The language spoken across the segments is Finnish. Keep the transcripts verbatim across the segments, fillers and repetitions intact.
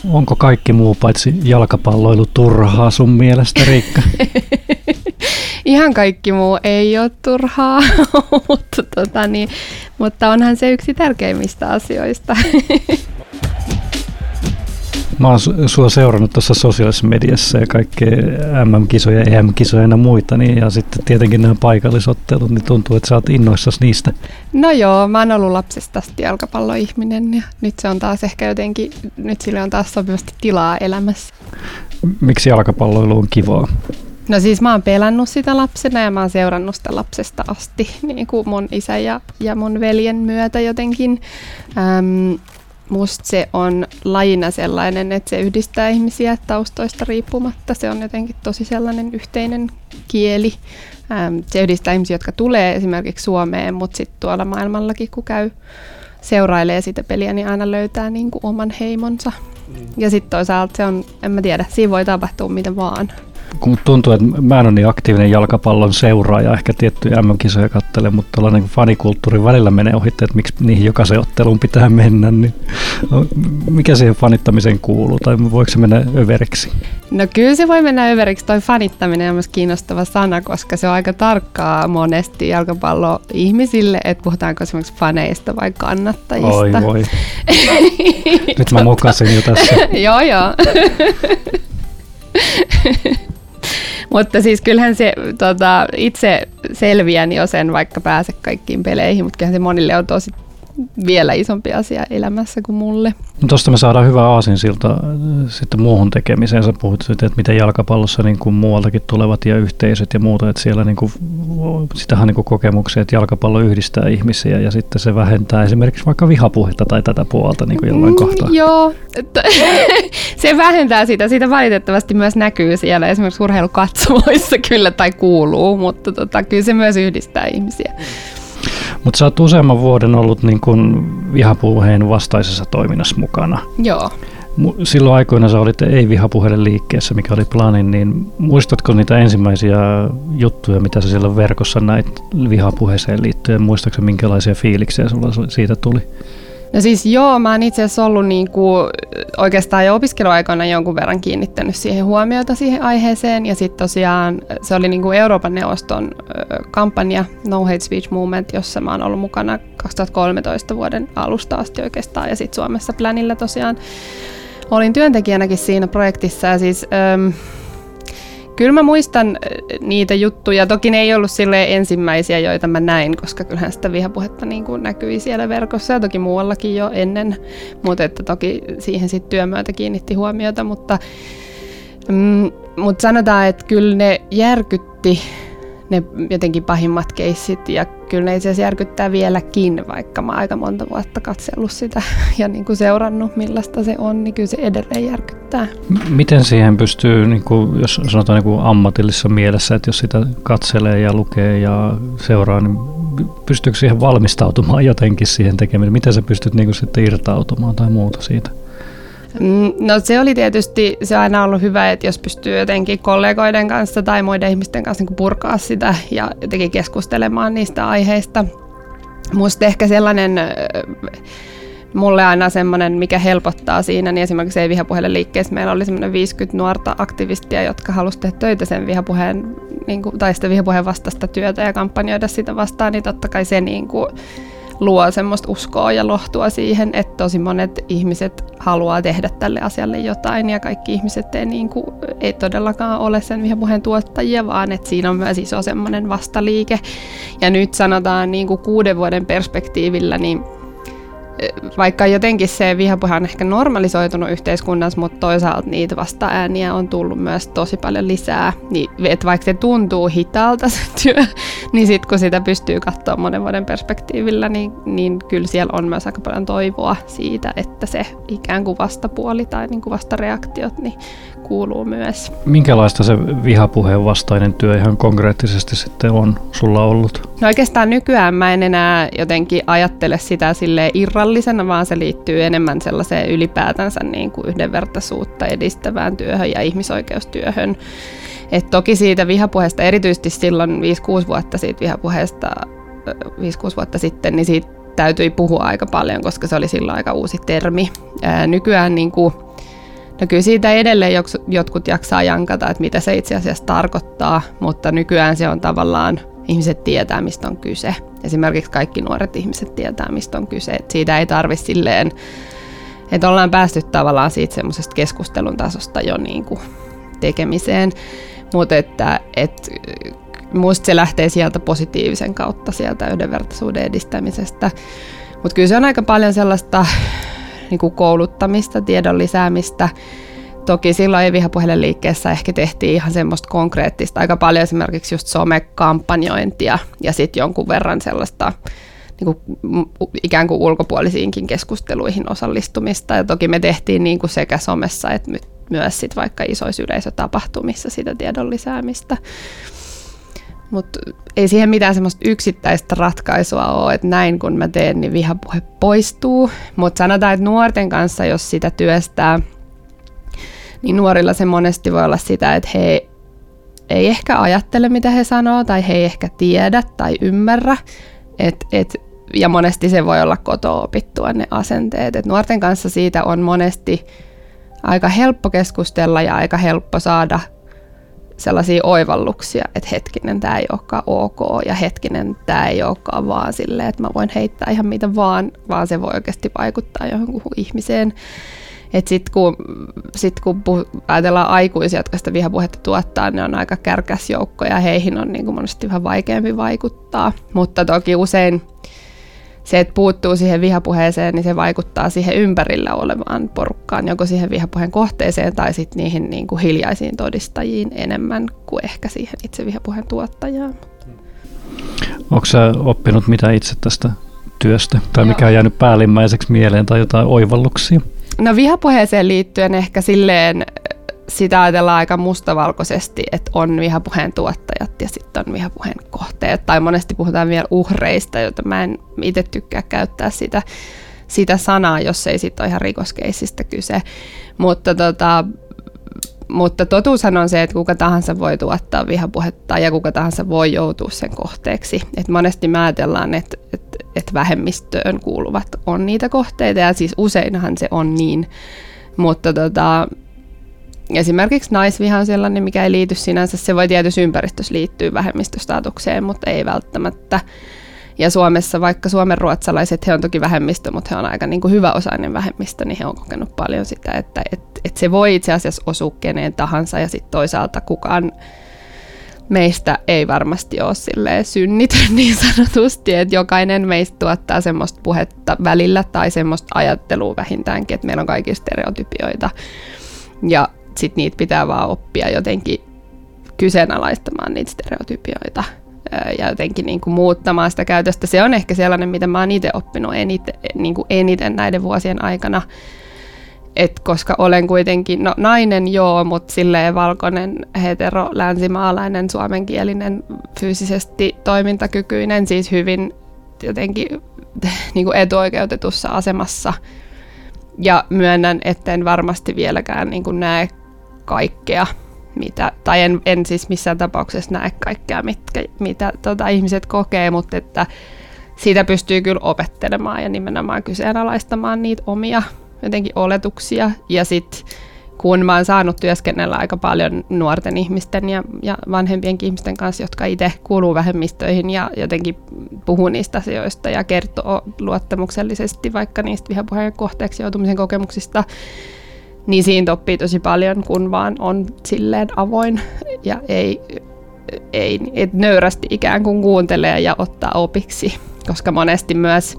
Onko kaikki muu paitsi jalkapalloilu turhaa sun mielestä, Riikka? Ihan kaikki muu ei ole turhaa, mutta, tota niin, mutta onhan se yksi tärkeimmistä asioista. Mä oon sua seurannut tuossa sosiaalisessa mediassa ja kaikkea M M-kisoja, E M-kisoja ja muita, niin, ja sitten tietenkin nämä paikallisottelut, niin tuntuu, että sä oot innoissasi niistä. No joo, mä oon ollut lapsesta asti jalkapalloihminen ja nyt se on taas ehkä jotenkin, nyt sille on taas sopivasti tilaa elämässä. Miksi jalkapalloilu on kivaa? No siis mä oon pelannut sitä lapsena ja mä oon seurannut sitä lapsesta asti, niin kuin mun isä ja, ja mun veljen myötä jotenkin. Äm, Musta se on lajina sellainen, että se yhdistää ihmisiä taustoista riippumatta. Se on jotenkin tosi sellainen yhteinen kieli. Se yhdistää ihmisiä, jotka tulee esimerkiksi Suomeen, mutta sitten tuolla maailmallakin, kun käy seurailee sitä peliä, niin aina löytää niin kuin oman heimonsa. Ja sitten toisaalta se on, en mä tiedä, siinä voi tapahtua mitä vaan. Kun tuntuu, että mä en ole niin aktiivinen jalkapallon seuraaja, ehkä tiettyjä M M-kisoja katsele, mutta tuollainen fanikulttuuri välillä menee ohi, että miksi niihin jokaisen otteluun pitää mennä, niin mikä siihen fanittamiseen kuuluu, tai voiko se mennä överiksi? No kyllä se voi mennä överiksi, toi fanittaminen on myös kiinnostava sana, koska se on aika tarkkaa monesti jalkapallo-ihmisille, että puhutaanko esimerkiksi faneista vai kannattajista. Oi voi, nyt mä mokasin jo tässä. Joo joo. Mutta siis kyllähän se tota, itse selviän jo sen, vaikka pääse kaikkiin peleihin, mutta kyllähän se monille on tosi vielä isompi asia elämässä kuin mulle. Tuosta me saadaan hyvä aasinsilta sitten muuhun tekemiseen. Sä puhut siitä, että miten jalkapallossa niin kuin muualtakin tulevat ja yhteisöt ja muuta, että siellä niin kuin, sitähän on niin kuin kokemuksia, että jalkapallo yhdistää ihmisiä ja sitten se vähentää esimerkiksi vaikka vihapuhetta tai tätä puolta niin kuin jollain mm, kohtaa. Joo, se vähentää sitä. Siitä valitettavasti myös näkyy siellä esimerkiksi urheilukatsomoissa kyllä tai kuuluu, mutta tota, kyllä se myös yhdistää ihmisiä. Mutta sä oot useamman vuoden ollut niin kun vihapuheen vastaisessa toiminnassa mukana. Joo. Silloin aikoina sä olit ei-vihapuheiden liikkeessä, mikä oli Planin, niin muistatko niitä ensimmäisiä juttuja, mitä sä siellä verkossa näit vihapuheeseen liittyen? Muistatko minkälaisia fiiliksiä sulla siitä tuli? No siis joo, mä oon itse asiassa ollut niinku oikeastaan jo opiskeluaikoina jonkun verran kiinnittänyt siihen huomiota siihen aiheeseen. Ja sitten tosiaan se oli niinku Euroopan neuvoston kampanja No Hate Speech Movement, jossa mä oon ollut mukana kaksituhattakolmetoista vuoden alusta asti oikeastaan. Ja sitten Suomessa Planilla tosiaan olin työntekijänäkin siinä projektissa. Ja siis, äm, kyllä mä muistan niitä juttuja. Toki ne ei ollut silleen ensimmäisiä, joita mä näin, koska kyllähän sitä vihapuhetta niin kuin näkyi siellä verkossa ja toki muuallakin jo ennen. Mutta että toki siihen sitten työmyötä kiinnitti huomiota. Mutta, mm, mutta sanotaan, että kyllä ne järkytti ne jotenkin pahimmat keissit ja kyllä ne itse asiassa järkyttää vieläkin, vaikka mä aika monta vuotta katsellut sitä ja niin kuin seurannut millaista se on, niin kyllä se edelleen järkyttää. Miten siihen pystyy, niin kuin, jos sanotaan niin kuin ammatillisessa mielessä, että jos sitä katselee ja lukee ja seuraa, niin pystyykö siihen valmistautumaan jotenkin siihen tekemiseen? Miten sä pystyt niin kuin sitten irtautumaan tai muuta siitä? No se oli tietysti, se on aina ollut hyvä, että jos pystyy jotenkin kollegoiden kanssa tai muiden ihmisten kanssa niin kuin purkaa sitä ja jotenkin keskustelemaan niistä aiheista. Musta ehkä sellainen, mulle aina semmoinen, mikä helpottaa siinä, niin esimerkiksi ei vihapuheelle liikkeessä meillä oli semmoinen viisikymmentä nuorta aktivistia, jotka halusivat tehdä töitä sen vihapuheen, niin kuin, tai sitä vihapuheen vastaista työtä ja kampanjoida sitä vastaan, niin totta kai se niin kuin luo semmoista uskoa ja lohtua siihen, että tosi monet ihmiset haluaa tehdä tälle asialle jotain ja kaikki ihmiset ei, niin kuin, ei todellakaan ole sen vihapuheen tuottajia, vaan että siinä on myös iso semmoinen vastaliike. Ja nyt sanotaan niin kuin kuuden vuoden perspektiivillä, niin vaikka jotenkin se vihapuhe on ehkä normalisoitunut yhteiskunnassa, mutta toisaalta niitä vasta-ääniä on tullut myös tosi paljon lisää. Niin, että vaikka se tuntuu hitaalta se työ, niin sitten kun sitä pystyy katsoa monen vuoden perspektiivillä, niin, niin kyllä siellä on myös aika paljon toivoa siitä, että se ikään kuin vastapuoli tai niin kuin vastareaktiot niin kuuluu myös. Minkälaista se vihapuheen vastainen työ ihan konkreettisesti sitten on sulla ollut? No oikeastaan nykyään mä en enää jotenkin ajattele sitä silleen irrallisena, vaan se liittyy enemmän sellaiseen ylipäätänsä niin kuin yhdenvertaisuutta edistävään työhön ja ihmisoikeustyöhön. Et toki siitä vihapuheesta, erityisesti silloin viisi kuusi vuotta siitä vihapuheesta, viisi kuusi vuotta sitten, niin siitä täytyi puhua aika paljon, koska se oli silloin aika uusi termi. Ää, nykyään niin kuin No kyllä siitä edelleen jotkut jaksaa jankata, että mitä se itse asiassa tarkoittaa, mutta nykyään se on tavallaan, ihmiset tietää, mistä on kyse. Esimerkiksi kaikki nuoret ihmiset tietää, mistä on kyse. Et siitä ei tarvitse silleen, että ollaan päästy tavallaan siitä semmoisesta keskustelun tasosta jo niin kuin tekemiseen, mutta että et, musta se lähtee sieltä positiivisen kautta, sieltä yhdenvertaisuuden edistämisestä. Mutta kyllä se on aika paljon sellaista niin kuin kouluttamista, tiedon lisäämistä. Toki silloin ei Vihapuheiden liikkeessä ehkä tehtiin ihan semmoista konkreettista, aika paljon esimerkiksi just somekampanjointia ja sitten jonkun verran sellaista niin kuin ikään kuin ulkopuolisiinkin keskusteluihin osallistumista. Ja toki me tehtiin niin kuin sekä somessa että myös sit vaikka isoissa yleisötapahtumissa sitä tiedon lisäämistä. Mutta ei siihen mitään semmoista yksittäistä ratkaisua ole, että näin kun mä teen, niin vihapuhe poistuu. Mutta sanotaan, että nuorten kanssa, jos sitä työstää, niin nuorilla se monesti voi olla sitä, että he ei ehkä ajattele, mitä he sanoo, tai he ei ehkä tiedä tai ymmärrä. Et, et, ja monesti se voi olla kotoa opittua ne asenteet. Et nuorten kanssa siitä on monesti aika helppo keskustella ja aika helppo saada sellaisia oivalluksia, että hetkinen, tämä ei olekaan ok, ja hetkinen, tämä ei olekaan vaan silleen, että mä voin heittää ihan mitä vaan, vaan se voi oikeasti vaikuttaa johonkin ihmiseen. Että sitten kun, sit kun puh- ajatellaan aikuisia, jotka sitä vihapuhetta tuottaa, ne on aika kärkäs joukko, ja heihin on niin kuin monesti vähän vaikeampi vaikuttaa. Mutta toki usein se, että puuttuu siihen vihapuheeseen, niin se vaikuttaa siihen ympärillä olevaan porukkaan, joko siihen vihapuheen kohteeseen tai sitten niihin niin kuin hiljaisiin todistajiin enemmän kuin ehkä siihen itse vihapuheen tuottajaan. Onko sä oppinut mitä itse tästä työstä? Tai Joo. mikä on jäänyt päällimmäiseksi mieleen tai jotain oivalluksia? No vihapuheeseen liittyen ehkä silleen sitä ajatellaan aika mustavalkoisesti, että on vihapuheen tuottajat ja sitten on vihapuheen kohteet. Tai monesti puhutaan vielä uhreista, joita mä en itse tykkää käyttää sitä, sitä sanaa, jos ei sitten ole ihan rikoskeissistä kyse. Mutta, tota, mutta totuushan on se, että kuka tahansa voi tuottaa vihapuhetta ja kuka tahansa voi joutua sen kohteeksi. Et monesti me ajatellaan, että et, et vähemmistöön kuuluvat on niitä kohteita, ja siis useinhan se on niin, mutta tota, esimerkiksi naisviha on sellainen, mikä ei liity sinänsä. Se voi tietysti ympäristössä liittyä vähemmistöstatukseen, mutta ei välttämättä. Ja Suomessa, vaikka suomenruotsalaiset, he on toki vähemmistö, mutta he on aika niin kuin hyväosainen vähemmistö, niin he on kokenut paljon sitä, että, että, että se voi itse asiassa osua keneen tahansa. Ja sitten toisaalta kukaan meistä ei varmasti ole silleen synnitön niin sanotusti, että jokainen meistä tuottaa semmoista puhetta välillä tai semmoista ajattelua vähintäänkin, että meillä on kaikki stereotypioita. Ja sitten niitä pitää vaan oppia jotenkin kyseenalaistamaan niitä stereotypioita ja jotenkin niin kuin muuttamaan sitä käytöstä. Se on ehkä sellainen, mitä mä oon itse oppinut eniten, niin kuin eniten näiden vuosien aikana. Et koska olen kuitenkin, no nainen joo, mutta silleen valkoinen, hetero, länsimaalainen, suomenkielinen, fyysisesti toimintakykyinen, siis hyvin jotenkin niin kuin etuoikeutetussa asemassa. Ja myönnän, etten varmasti vieläkään niin kuin näe kaikkea, mitä, tai en, en siis missään tapauksessa näe kaikkea, mitkä, mitä tota, ihmiset kokee, mutta että siitä pystyy kyllä opettelemaan ja nimenomaan kyseenalaistamaan niitä omia jotenkin oletuksia. Ja sitten kun mä oon saanut työskennellä aika paljon nuorten ihmisten ja, ja vanhempienkin ihmisten kanssa, jotka itse kuuluu vähemmistöihin ja jotenkin puhuu niistä asioista ja kertoo luottamuksellisesti vaikka niistä vihapuheen kohteeksi joutumisen kokemuksista, niin siitä oppii tosi paljon, kun vaan on silleen avoin ja ei, ei et nöyrästi ikään kuin kuuntelee ja ottaa opiksi, koska monesti myös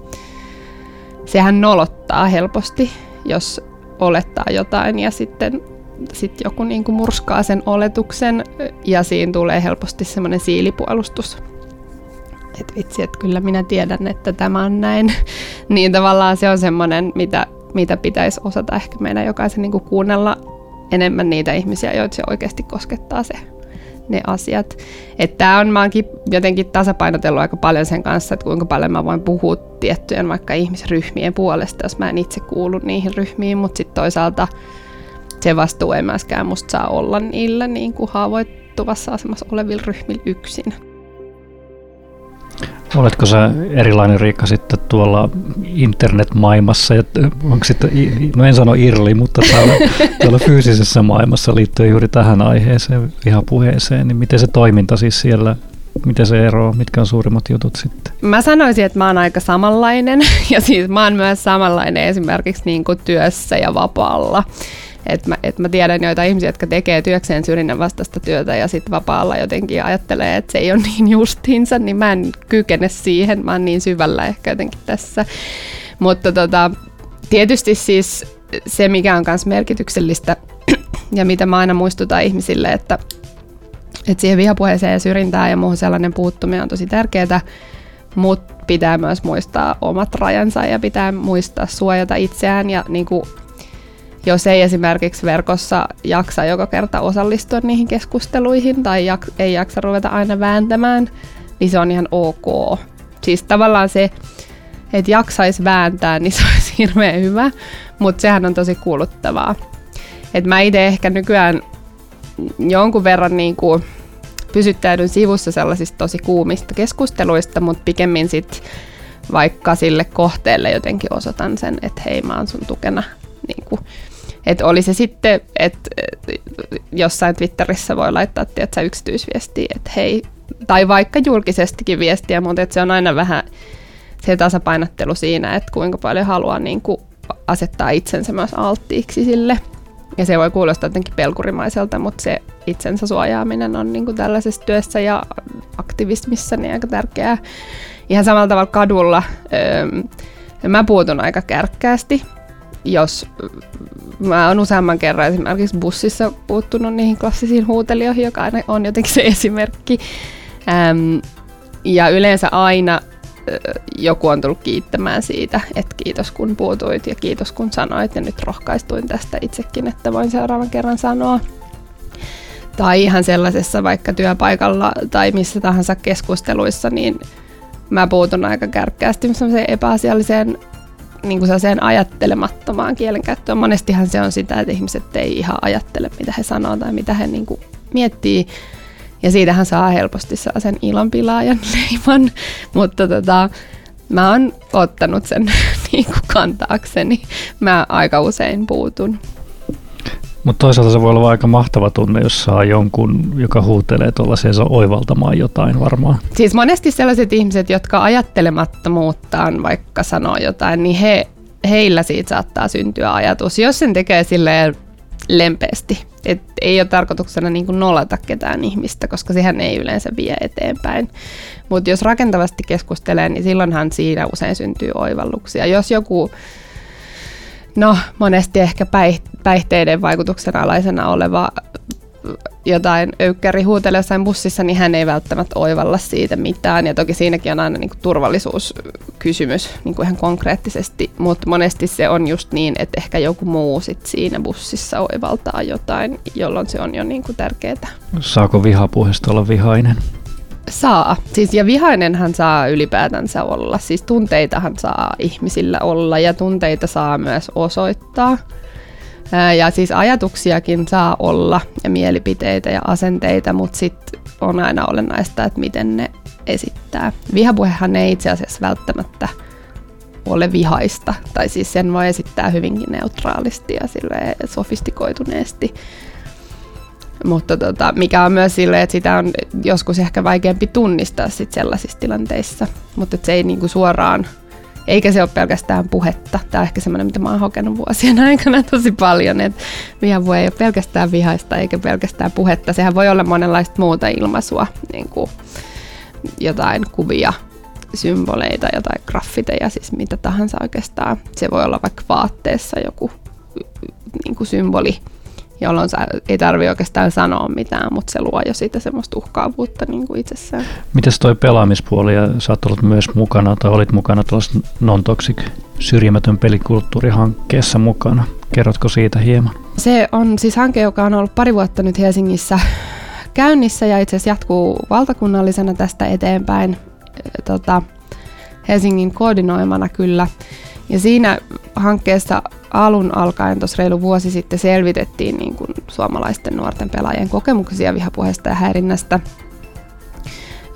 sehän nolottaa helposti, jos olettaa jotain ja sitten sit joku niinku murskaa sen oletuksen ja siinä tulee helposti semmoinen siilipuolustus. Että vitsi, että kyllä minä tiedän, että tämä on näin. Niin tavallaan se on semmoinen, mitä, mitä pitäisi osata ehkä meidän jokaisen niinku kuunnella enemmän niitä ihmisiä, joita se oikeasti koskettaa se, ne asiat. Että tää on, mä oonkin jotenkin tasapainotellut aika paljon sen kanssa, että kuinka paljon mä voin puhua tiettyjen vaikka ihmisryhmien puolesta, jos mä en itse kuulu niihin ryhmiin, mutta sitten toisaalta se vastuu ei myöskään musta saa olla niillä niin kuin haavoittuvassa asemassa olevilla ryhmillä yksin. Oletko sä erilainen, Riikka, sitten tuolla internetmaailmassa, ja onko sitten, no en sano irli, mutta täällä, tuolla fyysisessä maailmassa liittyen juuri tähän aiheeseen, vihapuheeseen, niin miten se toiminta siis siellä, miten se eroaa, mitkä on suurimmat jutut sitten? Mä sanoisin, että mä oon aika samanlainen, ja siis mä oon myös samanlainen esimerkiksi niin kuin työssä ja vapaalla. Että mä, et mä tiedän joita ihmisiä, jotka tekee työkseen syrjinnän vastaista työtä ja sitten vapaalla jotenkin ajattelee, että se ei ole niin justiinsa, niin mä en kykene siihen, mä oon niin syvällä ehkä jotenkin tässä. Mutta tota, tietysti siis se, mikä on myös merkityksellistä ja mitä mä aina muistutan ihmisille, että, että siihen vihapuheeseen ja syrjintään ja muuhun sellainen puuttuminen on tosi tärkeää, mutta pitää myös muistaa omat rajansa ja pitää muistaa suojata itseään ja niin kuin jos ei esimerkiksi verkossa jaksa joka kerta osallistua niihin keskusteluihin tai jak- ei jaksa ruveta aina vääntämään, niin se on ihan ok. Siis tavallaan se, että jaksaisi vääntää, niin se olisi hirveän hyvä, mutta sehän on tosi kuluttavaa. Et mä itse ehkä nykyään jonkun verran niin kuin pysyttäydyn sivussa sellaisista tosi kuumista keskusteluista, mutta pikemmin sit vaikka sille kohteelle jotenkin osoitan sen, että hei, mä oon sun tukena. Niin kuin, että oli se sitten, että jossain Twitterissä voi laittaa tietysti yksityisviestiä, että hei, tai vaikka julkisestikin viestiä, mutta että se on aina vähän se tasapainottelu siinä, että kuinka paljon haluaa niin kuin asettaa itsensä myös alttiiksi sille. Ja se voi kuulostaa jotenkin pelkurimaiselta, mutta se itsensä suojaaminen on niin kuin tällaisessa työssä ja aktivismissa niin aika tärkeää. Ihan samalla tavalla kadulla öö, mä puutun aika kärkkäästi. Jos mä oon useamman kerran esimerkiksi bussissa puuttunut niihin klassisiin huutelijoihin, joka aina on jotenkin se esimerkki. Ähm, ja yleensä aina äh, joku on tullut kiittämään siitä, että kiitos kun puutuit ja kiitos kun sanoit ja nyt rohkaistuin tästä itsekin, että voin seuraavan kerran sanoa. Tai ihan sellaisessa vaikka työpaikalla tai missä tahansa keskusteluissa, niin mä puutun aika kärkkäästi sellaiseen epäasialliseen niin kuin sellaiseen ajattelemattomaan kielenkäyttöön. Monestihan se on sitä, että ihmiset ei ihan ajattele, mitä he sanoo tai mitä he niin kuin miettii. Ja siitähän saa helposti sellaisen ilonpilaajan leiman. Mutta tota, mä oon ottanut sen niin kuin kantaakseni. Mä aika usein puutun. Mutta toisaalta se voi olla aika mahtava tunne, jos saa jonkun, joka huutelee tuollaiseensa oivaltamaan jotain varmaan. Siis monesti sellaiset ihmiset, jotka ajattelemattomuuttaan vaikka sanoo jotain, niin he, heillä siitä saattaa syntyä ajatus. Jos sen tekee silleen lempeästi, että ei ole tarkoituksena niin kuin nollata ketään ihmistä, koska sehän ei yleensä vie eteenpäin. Mutta jos rakentavasti keskustelee, niin silloinhan siinä usein syntyy oivalluksia. Jos joku No monesti ehkä päihteiden vaikutuksen alaisena oleva jotain öykkäri huutelee jossain bussissa, niin hän ei välttämättä oivalla siitä mitään. Ja toki siinäkin on aina niin kuin turvallisuuskysymys niin kuin ihan konkreettisesti, mutta monesti se on just niin, että ehkä joku muu sit siinä bussissa oivaltaa jotain, jolloin se on jo niin kuin tärkeää. Saako vihapuheesta olla vihainen? Saa. Siis, ja vihainenhan saa ylipäätänsä olla. Siis tunteitahan saa ihmisillä olla ja tunteita saa myös osoittaa. Ja siis ajatuksiakin saa olla ja mielipiteitä ja asenteita, mutta sitten on aina olennaista, että miten ne esittää. Vihapuhehan ei itse asiassa välttämättä ole vihaista. Tai siis sen voi esittää hyvinkin neutraalisti ja silleen sofistikoituneesti. Mutta tota, mikä on myös silleen, että sitä on joskus ehkä vaikeampi tunnistaa sit sellaisissa tilanteissa. Mutta se ei niinku suoraan, eikä se ole pelkästään puhetta. Tämä on ehkä semmoinen, mitä mä oon hokenut vuosien aikana tosi paljon, että vihapuhe ei ole pelkästään vihaista eikä pelkästään puhetta. Sehän voi olla monenlaista muuta ilmaisua, niin kuin jotain kuvia, symboleita, jotain graffiteja, siis mitä tahansa oikeastaan. Se voi olla vaikka vaatteessa joku niin kuin symboli, jolloin ei tarvitse oikeastaan sanoa mitään, mutta se luo jo sitä semmoista uhkaavuutta niin kuin itsessään. Mites toi pelaamispuoli, ja sä oot ollut myös mukana, tai olit mukana tuollaisessa Non-Toxic syrjimätön pelikulttuurihankkeessa mukana. Kerrotko siitä hieman? Se on siis hanke, joka on ollut pari vuotta nyt Helsingissä käynnissä ja itse asiassa jatkuu valtakunnallisena tästä eteenpäin tota, Helsingin koordinoimana kyllä. Ja siinä hankkeessa alun alkaen tuossa reilu vuosi sitten selvitettiin niin kuin suomalaisten nuorten pelaajien kokemuksia vihapuheesta ja häirinnästä.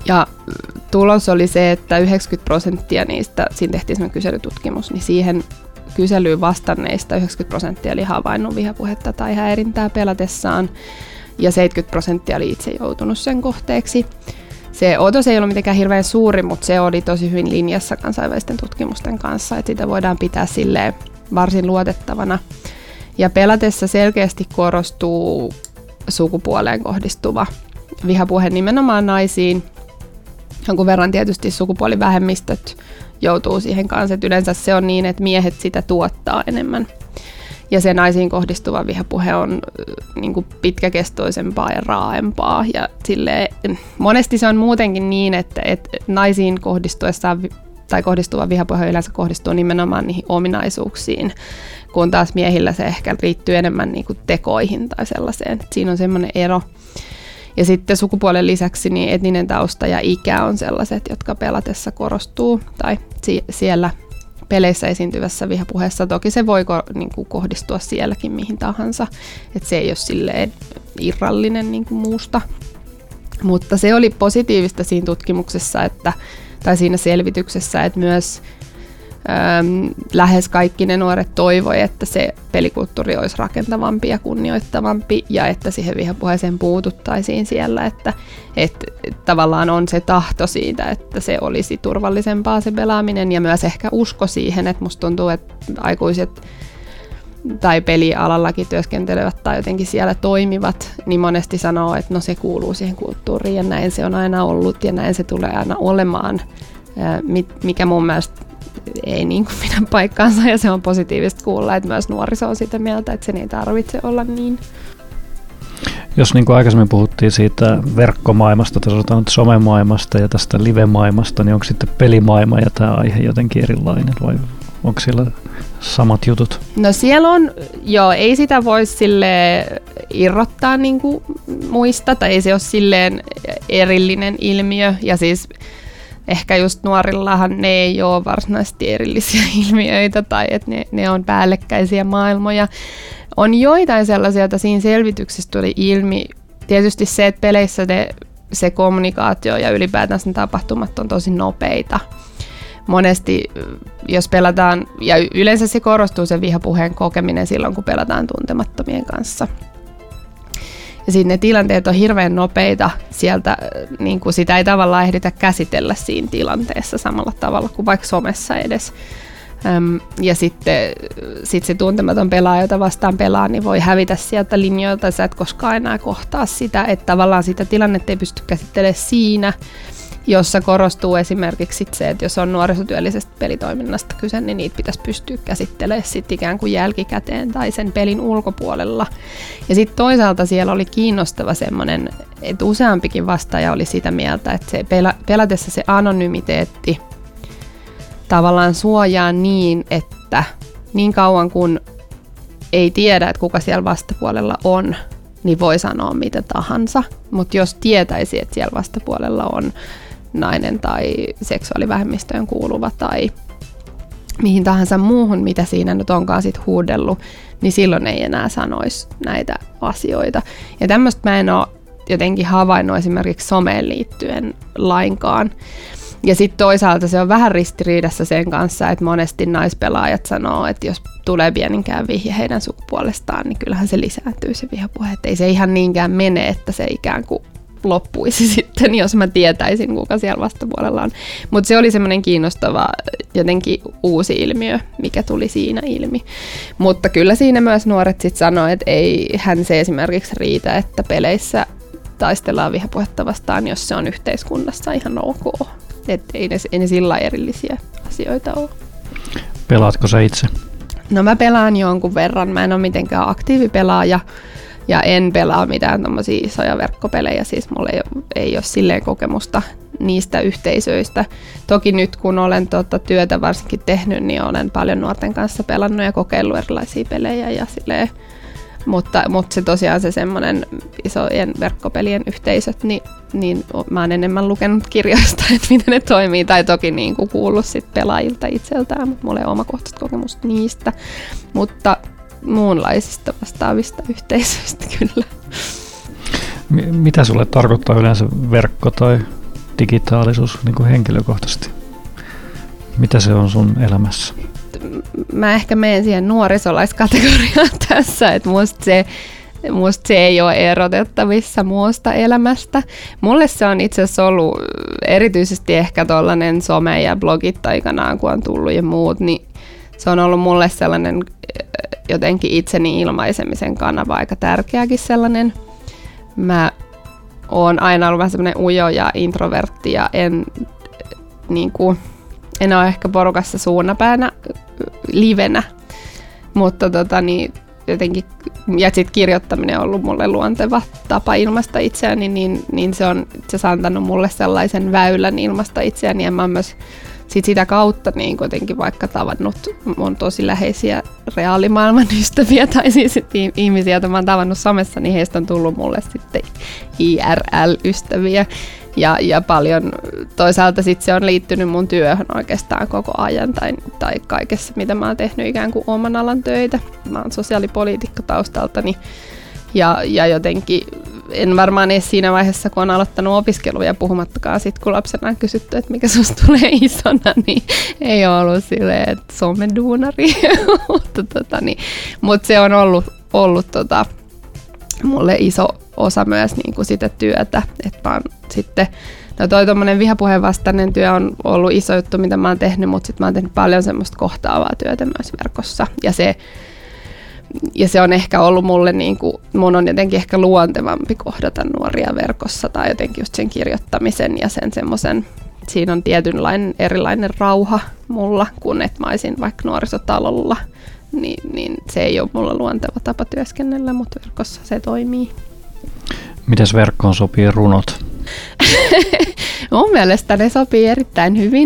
Ja tulos oli se, että yhdeksänkymmentä prosenttia niistä, siinä tehtiin sellainen kyselytutkimus, niin siihen kyselyyn vastanneista yhdeksänkymmentä prosenttia oli havainnut vihapuhetta tai häirintää pelatessaan ja seitsemänkymmentä prosenttia oli itse joutunut sen kohteeksi. Se otos ei ollut mitenkään hirveän suuri, mutta se oli tosi hyvin linjassa kansainvälisten tutkimusten kanssa, että sitä voidaan pitää silleen varsin luotettavana. Ja pelatessa selkeästi korostuu sukupuoleen kohdistuva vihapuhe nimenomaan naisiin. Jonkun verran tietysti sukupuolivähemmistöt joutuu siihen kanssa, että yleensä se on niin, että miehet sitä tuottaa enemmän. Ja se naisiin kohdistuva vihapuhe on niin kuin pitkäkestoisempaa ja raaempaa. Ja silleen, monesti se on muutenkin niin, että, että naisiin kohdistuessa tai kohdistuva vihapuhe yleensä kohdistuu nimenomaan niihin ominaisuuksiin, kun taas miehillä se ehkä liittyy enemmän niin kuin tekoihin tai sellaiseen. Että siinä on semmoinen ero. Ja sitten sukupuolen lisäksi niin etninen tausta ja ikä on sellaiset, jotka pelatessa korostuu tai si- siellä peleissä esiintyvässä vihapuheessa. Toki se voi ko- niin kuin kohdistua sielläkin mihin tahansa, että se ei ole silleen irrallinen niin kuin muusta. Mutta se oli positiivista siinä tutkimuksessa, että, tai siinä selvityksessä, että myös äm, lähes kaikki ne nuoret toivoi, että se pelikulttuuri olisi rakentavampi ja kunnioittavampi ja että siihen vihapuheeseen puututtaisiin siellä, että, että tavallaan on se tahto siitä, että se olisi turvallisempaa se pelaaminen ja myös ehkä usko siihen, että musta tuntuu, että aikuiset tai pelialallakin työskentelevät tai jotenkin siellä toimivat, niin monesti sanoo, että no se kuuluu siihen kulttuuriin ja näin se on aina ollut ja näin se tulee aina olemaan, mikä mun mielestä ei niin kuin pidä paikkaansa ja se on positiivista kuulla, että myös nuoriso on sitä mieltä, että sen ei tarvitse olla niin. Jos niin kuin aikaisemmin puhuttiin siitä verkkomaailmasta tai sanotaan nyt somemaailmasta ja tästä live-maailmasta, niin onko sitten pelimaailma ja tämä aihe jotenkin erilainen vai onko siellä samat jutut? No siellä on, joo, ei sitä voi silleen irrottaa niin kuin muista tai ei se ole silleen erillinen ilmiö ja siis ehkä just nuorillahan ne ei ole varsinaisesti erillisiä ilmiöitä tai että ne, ne on päällekkäisiä maailmoja. On joitain sellaisia, joita siinä selvityksessä tuli ilmi. Tietysti se, että peleissä ne, se kommunikaatio ja ylipäätään sen tapahtumat on tosi nopeita. Monesti, jos pelataan, ja yleensä se korostuu se vihapuheen kokeminen silloin, kun pelataan tuntemattomien kanssa. Ja sitten ne tilanteet on hirveän nopeita, sieltä niin kuin sitä ei tavallaan ehditä käsitellä siinä tilanteessa samalla tavalla kuin vaikka somessa edes. Öm, ja sitten sit se tuntematon pelaaja, jota vastaan pelaa, niin voi hävitä sieltä linjoilta, sä et koskaan enää kohtaa sitä, että tavallaan sitä tilannetta ei pysty käsittelemään siinä, jossa korostuu esimerkiksi se, että jos on nuorisotyöllisestä pelitoiminnasta kyse, niin niitä pitäisi pystyä käsittelemään sit ikään kuin jälkikäteen tai sen pelin ulkopuolella. Ja sitten toisaalta siellä oli kiinnostava semmoinen, että useampikin vastaaja oli sitä mieltä, että se pelatessa se anonymiteetti tavallaan suojaa niin, että niin kauan kun ei tiedä, että kuka siellä vastapuolella on, niin voi sanoa mitä tahansa. Mutta jos tietäisi, että siellä vastapuolella on nainen tai seksuaalivähemmistöön kuuluva tai mihin tahansa muuhun, mitä siinä nyt onkaan sit huudellut, niin silloin ei enää sanoisi näitä asioita. Ja tämmöistä mä en ole jotenkin havainnut esimerkiksi someen liittyen lainkaan. Ja sitten toisaalta se on vähän ristiriidassa sen kanssa, että monesti naispelaajat sanoo, että jos tulee pieninkään vihje heidän sukupuolestaan, niin kyllähän se lisääntyy se vihapuhe. Että ei se ihan niinkään mene, että se ikään kuin loppuisi sitten, jos mä tietäisin, kuka siellä vastapuolella on. Mutta se oli semmoinen kiinnostava jotenkin uusi ilmiö, mikä tuli siinä ilmi. Mutta kyllä siinä myös nuoret sitten sanoo, että ei hän se esimerkiksi riitä, että peleissä taistellaan vihapuhetta vastaan, jos se on yhteiskunnassa ihan ok. Että ei ne, ei ne sillä erillisiä asioita ole. Pelaatko sä itse? No mä pelaan jonkun verran. Mä en ole mitenkään aktiivipelaaja ja en pelaa mitään tommosia isoja verkkopelejä. Siis mulla ei ole, ei ole silleen kokemusta niistä yhteisöistä. Toki nyt kun olen tuota työtä varsinkin tehnyt, niin olen paljon nuorten kanssa pelannut ja kokeillut erilaisia pelejä ja silleen. Mutta, mutta se tosiaan se semmoinen isojen verkkopelien yhteisöt, niin, niin mä oon enemmän lukenut kirjoista, että miten ne toimii, tai toki niin kuin kuullut sit pelaajilta itseltään, mutta mulla ei ole omakohtaista kokemusta niistä, mutta muunlaisista vastaavista yhteisöistä kyllä. Mitä sulle tarkoittaa yleensä verkko tai digitaalisuus niin kuin henkilökohtaisesti? Mitä se on sun elämässä? Mä ehkä menen siihen nuorisolaiskategoriaan tässä, että musta se, musta se ei ole erotettavissa muusta elämästä. Mulle se on itse asiassa ollut erityisesti ehkä tollainen some ja blogit aikanaan, kun on tullut ja muut, niin se on ollut mulle sellainen jotenkin itseni ilmaisemisen kanava aika tärkeäkin sellainen. Mä oon aina ollut vähän semmoinen ujo ja introvertti ja en, niin kuin, en ole ehkä porukassa suunnapäänä livenä, mutta tota, niin, jotenkin, ja sitten kirjoittaminen on ollut mulle luonteva tapa ilmaista itseäni, niin, niin se on se on antanut mulle sellaisen väylän ilmaista itseäni, ja mä oon myös sit sitä kautta niin kuitenkin vaikka tavannut mun tosi läheisiä reaalimaailman ystäviä tai siis ihmisiä, joita mä oon tavannut somessa, niin heistä on tullut mulle sitten I R L-ystäviä. Ja, ja paljon toisaalta sit se on liittynyt mun työhön oikeastaan koko ajan tai, tai kaikessa, mitä mä oon tehnyt ikään kuin oman alan töitä. Mä oon sosiaalipoliitikko taustaltani ja, ja jotenkin en varmaan edes siinä vaiheessa, kun on aloittanut opiskeluja, puhumattakaan sit, kun lapsena on kysytty, että mikä susta tulee isona, niin ei ole ollut silleen, että someduunari. Mutta tota, niin, mut se on ollut, ollut tota, mulle iso osa myös niin kuin sitä työtä, että mä oon sitten, no toi tommonen vihapuheen vastainen työ on ollut iso juttu, mitä mä oon tehnyt, mutta sitten mä oon tehnyt paljon semmoista kohtaavaa työtä myös verkossa, ja se, ja se on ehkä ollut mulle, niin kuin, mun on jotenkin ehkä luontevampi kohdata nuoria verkossa, tai jotenkin just sen kirjoittamisen ja sen semmoisen, siinä on tietynlainen erilainen rauha mulla, kun et mä olisin vaikka nuorisotalolla, niin, niin se ei ole mulla luonteva tapa työskennellä, mutta verkossa se toimii. Mites verkkoon sopii runot? Mun mielestä ne sopii erittäin hyvin.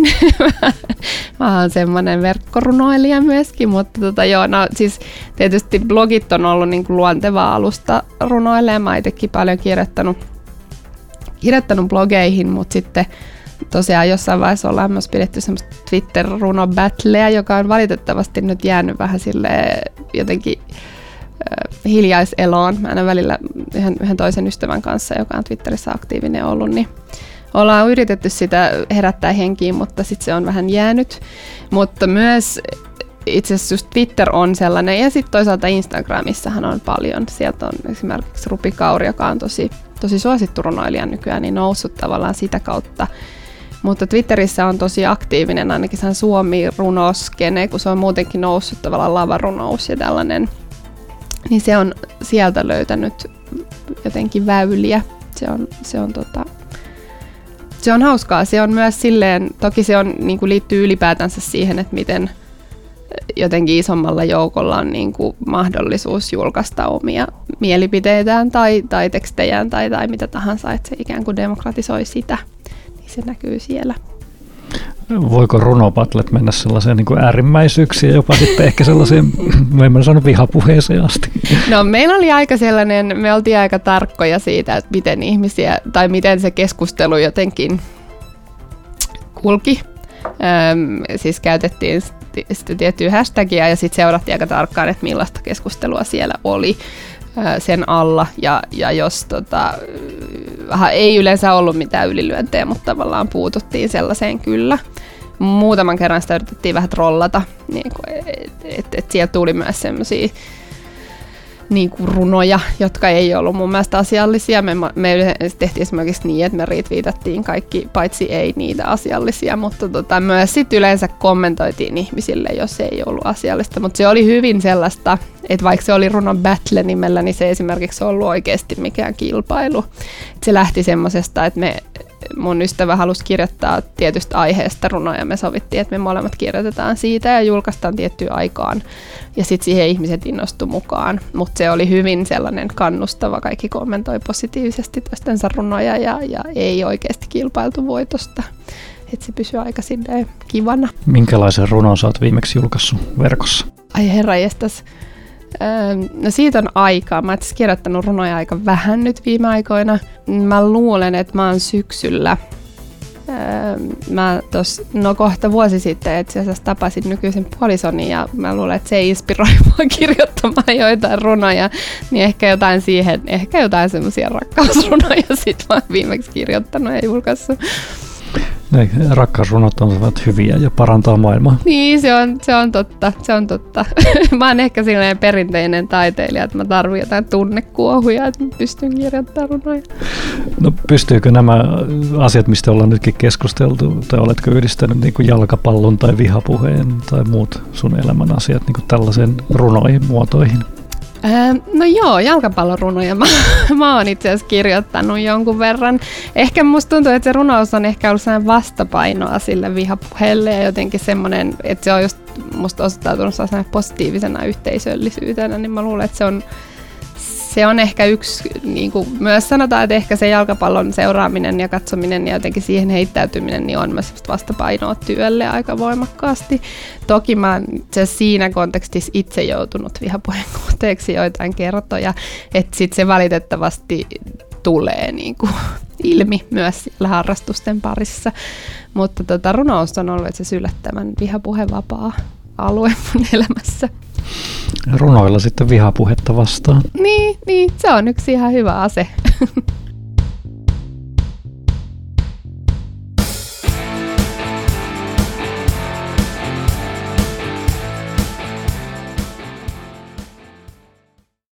Mä oon semmoinen verkkorunoilija myöskin, mutta tota joo, no siis tietysti blogit on ollut niin kuin luonteva alusta runoille. Mä oon itsekin paljon kirjoittanut, kirjoittanut blogeihin, mutta sitten tosiaan jossain vaiheessa ollaan myös pidetty semmoista Twitter-runo-battleä, joka on valitettavasti nyt jäänyt vähän silleen jotenkin hiljaiseloon. Mä aina välillä yhden, yhden toisen ystävän kanssa, joka on Twitterissä aktiivinen ollut, niin ollaan yritetty sitä herättää henkiin, mutta sitten se on vähän jäänyt. Mutta myös itse asiassa just Twitter on sellainen, ja sitten toisaalta Instagramissahan on paljon. Sieltä on esimerkiksi Rupi Kauri, joka on tosi, tosi suosittu runoilija nykyään, niin noussut tavallaan sitä kautta. Mutta Twitterissä on tosi aktiivinen, ainakin se on Suomi-runoskene, kun se on muutenkin noussut tavallaan lavarunous ja tällainen. Niin se on sieltä löytänyt jotenkin väyliä. Se on, se on, tota, se on hauskaa. Se on myös silleen, toki se on, niin kuin liittyy ylipäätänsä siihen, että miten jotenkin isommalla joukolla on niin kuin mahdollisuus julkaista omia mielipiteitään tai, tai tekstejään tai, tai mitä tahansa, että se ikään kuin demokratisoi sitä. Niin se näkyy siellä. Voiko runopatlet mennä sellaiseen niin kuin äärimmäisyyksiin, jopa sitten ehkä sellaiseen, en sano vihapuheeseen asti? No meillä oli aika sellainen, me oltiin aika tarkkoja siitä, että miten ihmisiä, tai miten se keskustelu jotenkin kulki. Öm, siis käytettiin sitä tiettyä hashtagia ja sitten seurattiin aika tarkkaan, että millaista keskustelua siellä oli sen alla, ja, ja jos tota, ei yleensä ollut mitään ylilyöntejä, mutta tavallaan puututtiin sellaiseen kyllä. Muutaman kerran sitä yritettiin vähän trollata, niin että et, et sieltä tuli myös sellaisia niin kuin runoja, jotka ei ollut mun mielestä asiallisia. Me, me tehtiin esimerkiksi niin, että me retweetattiin kaikki, paitsi ei niitä asiallisia, mutta tota, myös sit yleensä kommentoitiin ihmisille, jos ei ollut asiallista. Mutta se oli hyvin sellaista, että vaikka se oli runon battle nimellä, niin se ei esimerkiksi ollut oikeasti mikään kilpailu. Et se lähti semmoisesta, että me, mun ystävä halusi kirjoittaa tietystä aiheesta runoja, me sovittiin, että me molemmat kirjoitetaan siitä ja julkaistaan tiettyyn aikaan. Ja sitten siihen ihmiset innostu mukaan, mutta se oli hyvin sellainen kannustava, kaikki kommentoi positiivisesti toistensa runoja ja, ja ei oikeasti kilpailtu voitosta. Että se pysyy aika silleen kivana. Minkälaisen runon sä oot viimeksi julkaissut verkossa? Ai herranjestas. No siitä on aikaa. Mä oon kirjoittanut runoja aika vähän nyt viime aikoina. Mä luulen, että mä oon syksyllä Mä tos, no kohta vuosi sitten itse asiassa tapasin nykyisen puolisoni ja mä luulen, että se inspiroi mua kirjoittamaan joitain runoja, niin ehkä jotain siihen, ehkä jotain semmoisia rakkausrunoja sit mä oon viimeksi kirjoittanut ja julkaissut. Ne rakkausrunot ovat hyviä ja parantaa maailmaa. Niin, se on, se on totta, se on totta. Mä oon ehkä silleen perinteinen taiteilija, että mä tarvitsen jotain tunnekuohuja, että mä pystyn kirjoittamaan runoja. No pystyykö nämä asiat, mistä ollaan nytkin keskusteltu, tai oletko yhdistänyt niin kuin jalkapallon tai vihapuheen tai muut sun elämän asiat niin kuin tällaisen runoihin, muotoihin? No joo, jalkapallorunoja mä, mä oon itse asiassa kirjoittanut jonkun verran. Ehkä musta tuntuu, että se runous on ehkä ollut sellainen vastapainoa sille vihapuheelle ja jotenkin semmoinen, että se on just musta osoittautunut sellaisena positiivisena yhteisöllisyytenä, niin mä luulen, että se on, se on ehkä yksi, niin kuin myös sanotaan, että ehkä se jalkapallon seuraaminen ja katsominen ja jotenkin siihen heittäytyminen niin on myös vastapainoa työlle aika voimakkaasti. Toki mä oon siinä kontekstissa itse joutunut vihapuheen kohteeksi joitain kertoja, että sit se valitettavasti tulee niin kuin ilmi myös siellä harrastusten parissa. Mutta tota, runous on ollut se yllättävän vihapuhevapaa alue mun elämässä. Runoilla sitten vihapuhetta vastaan. Niin, niin, se on yksi ihan hyvä ase.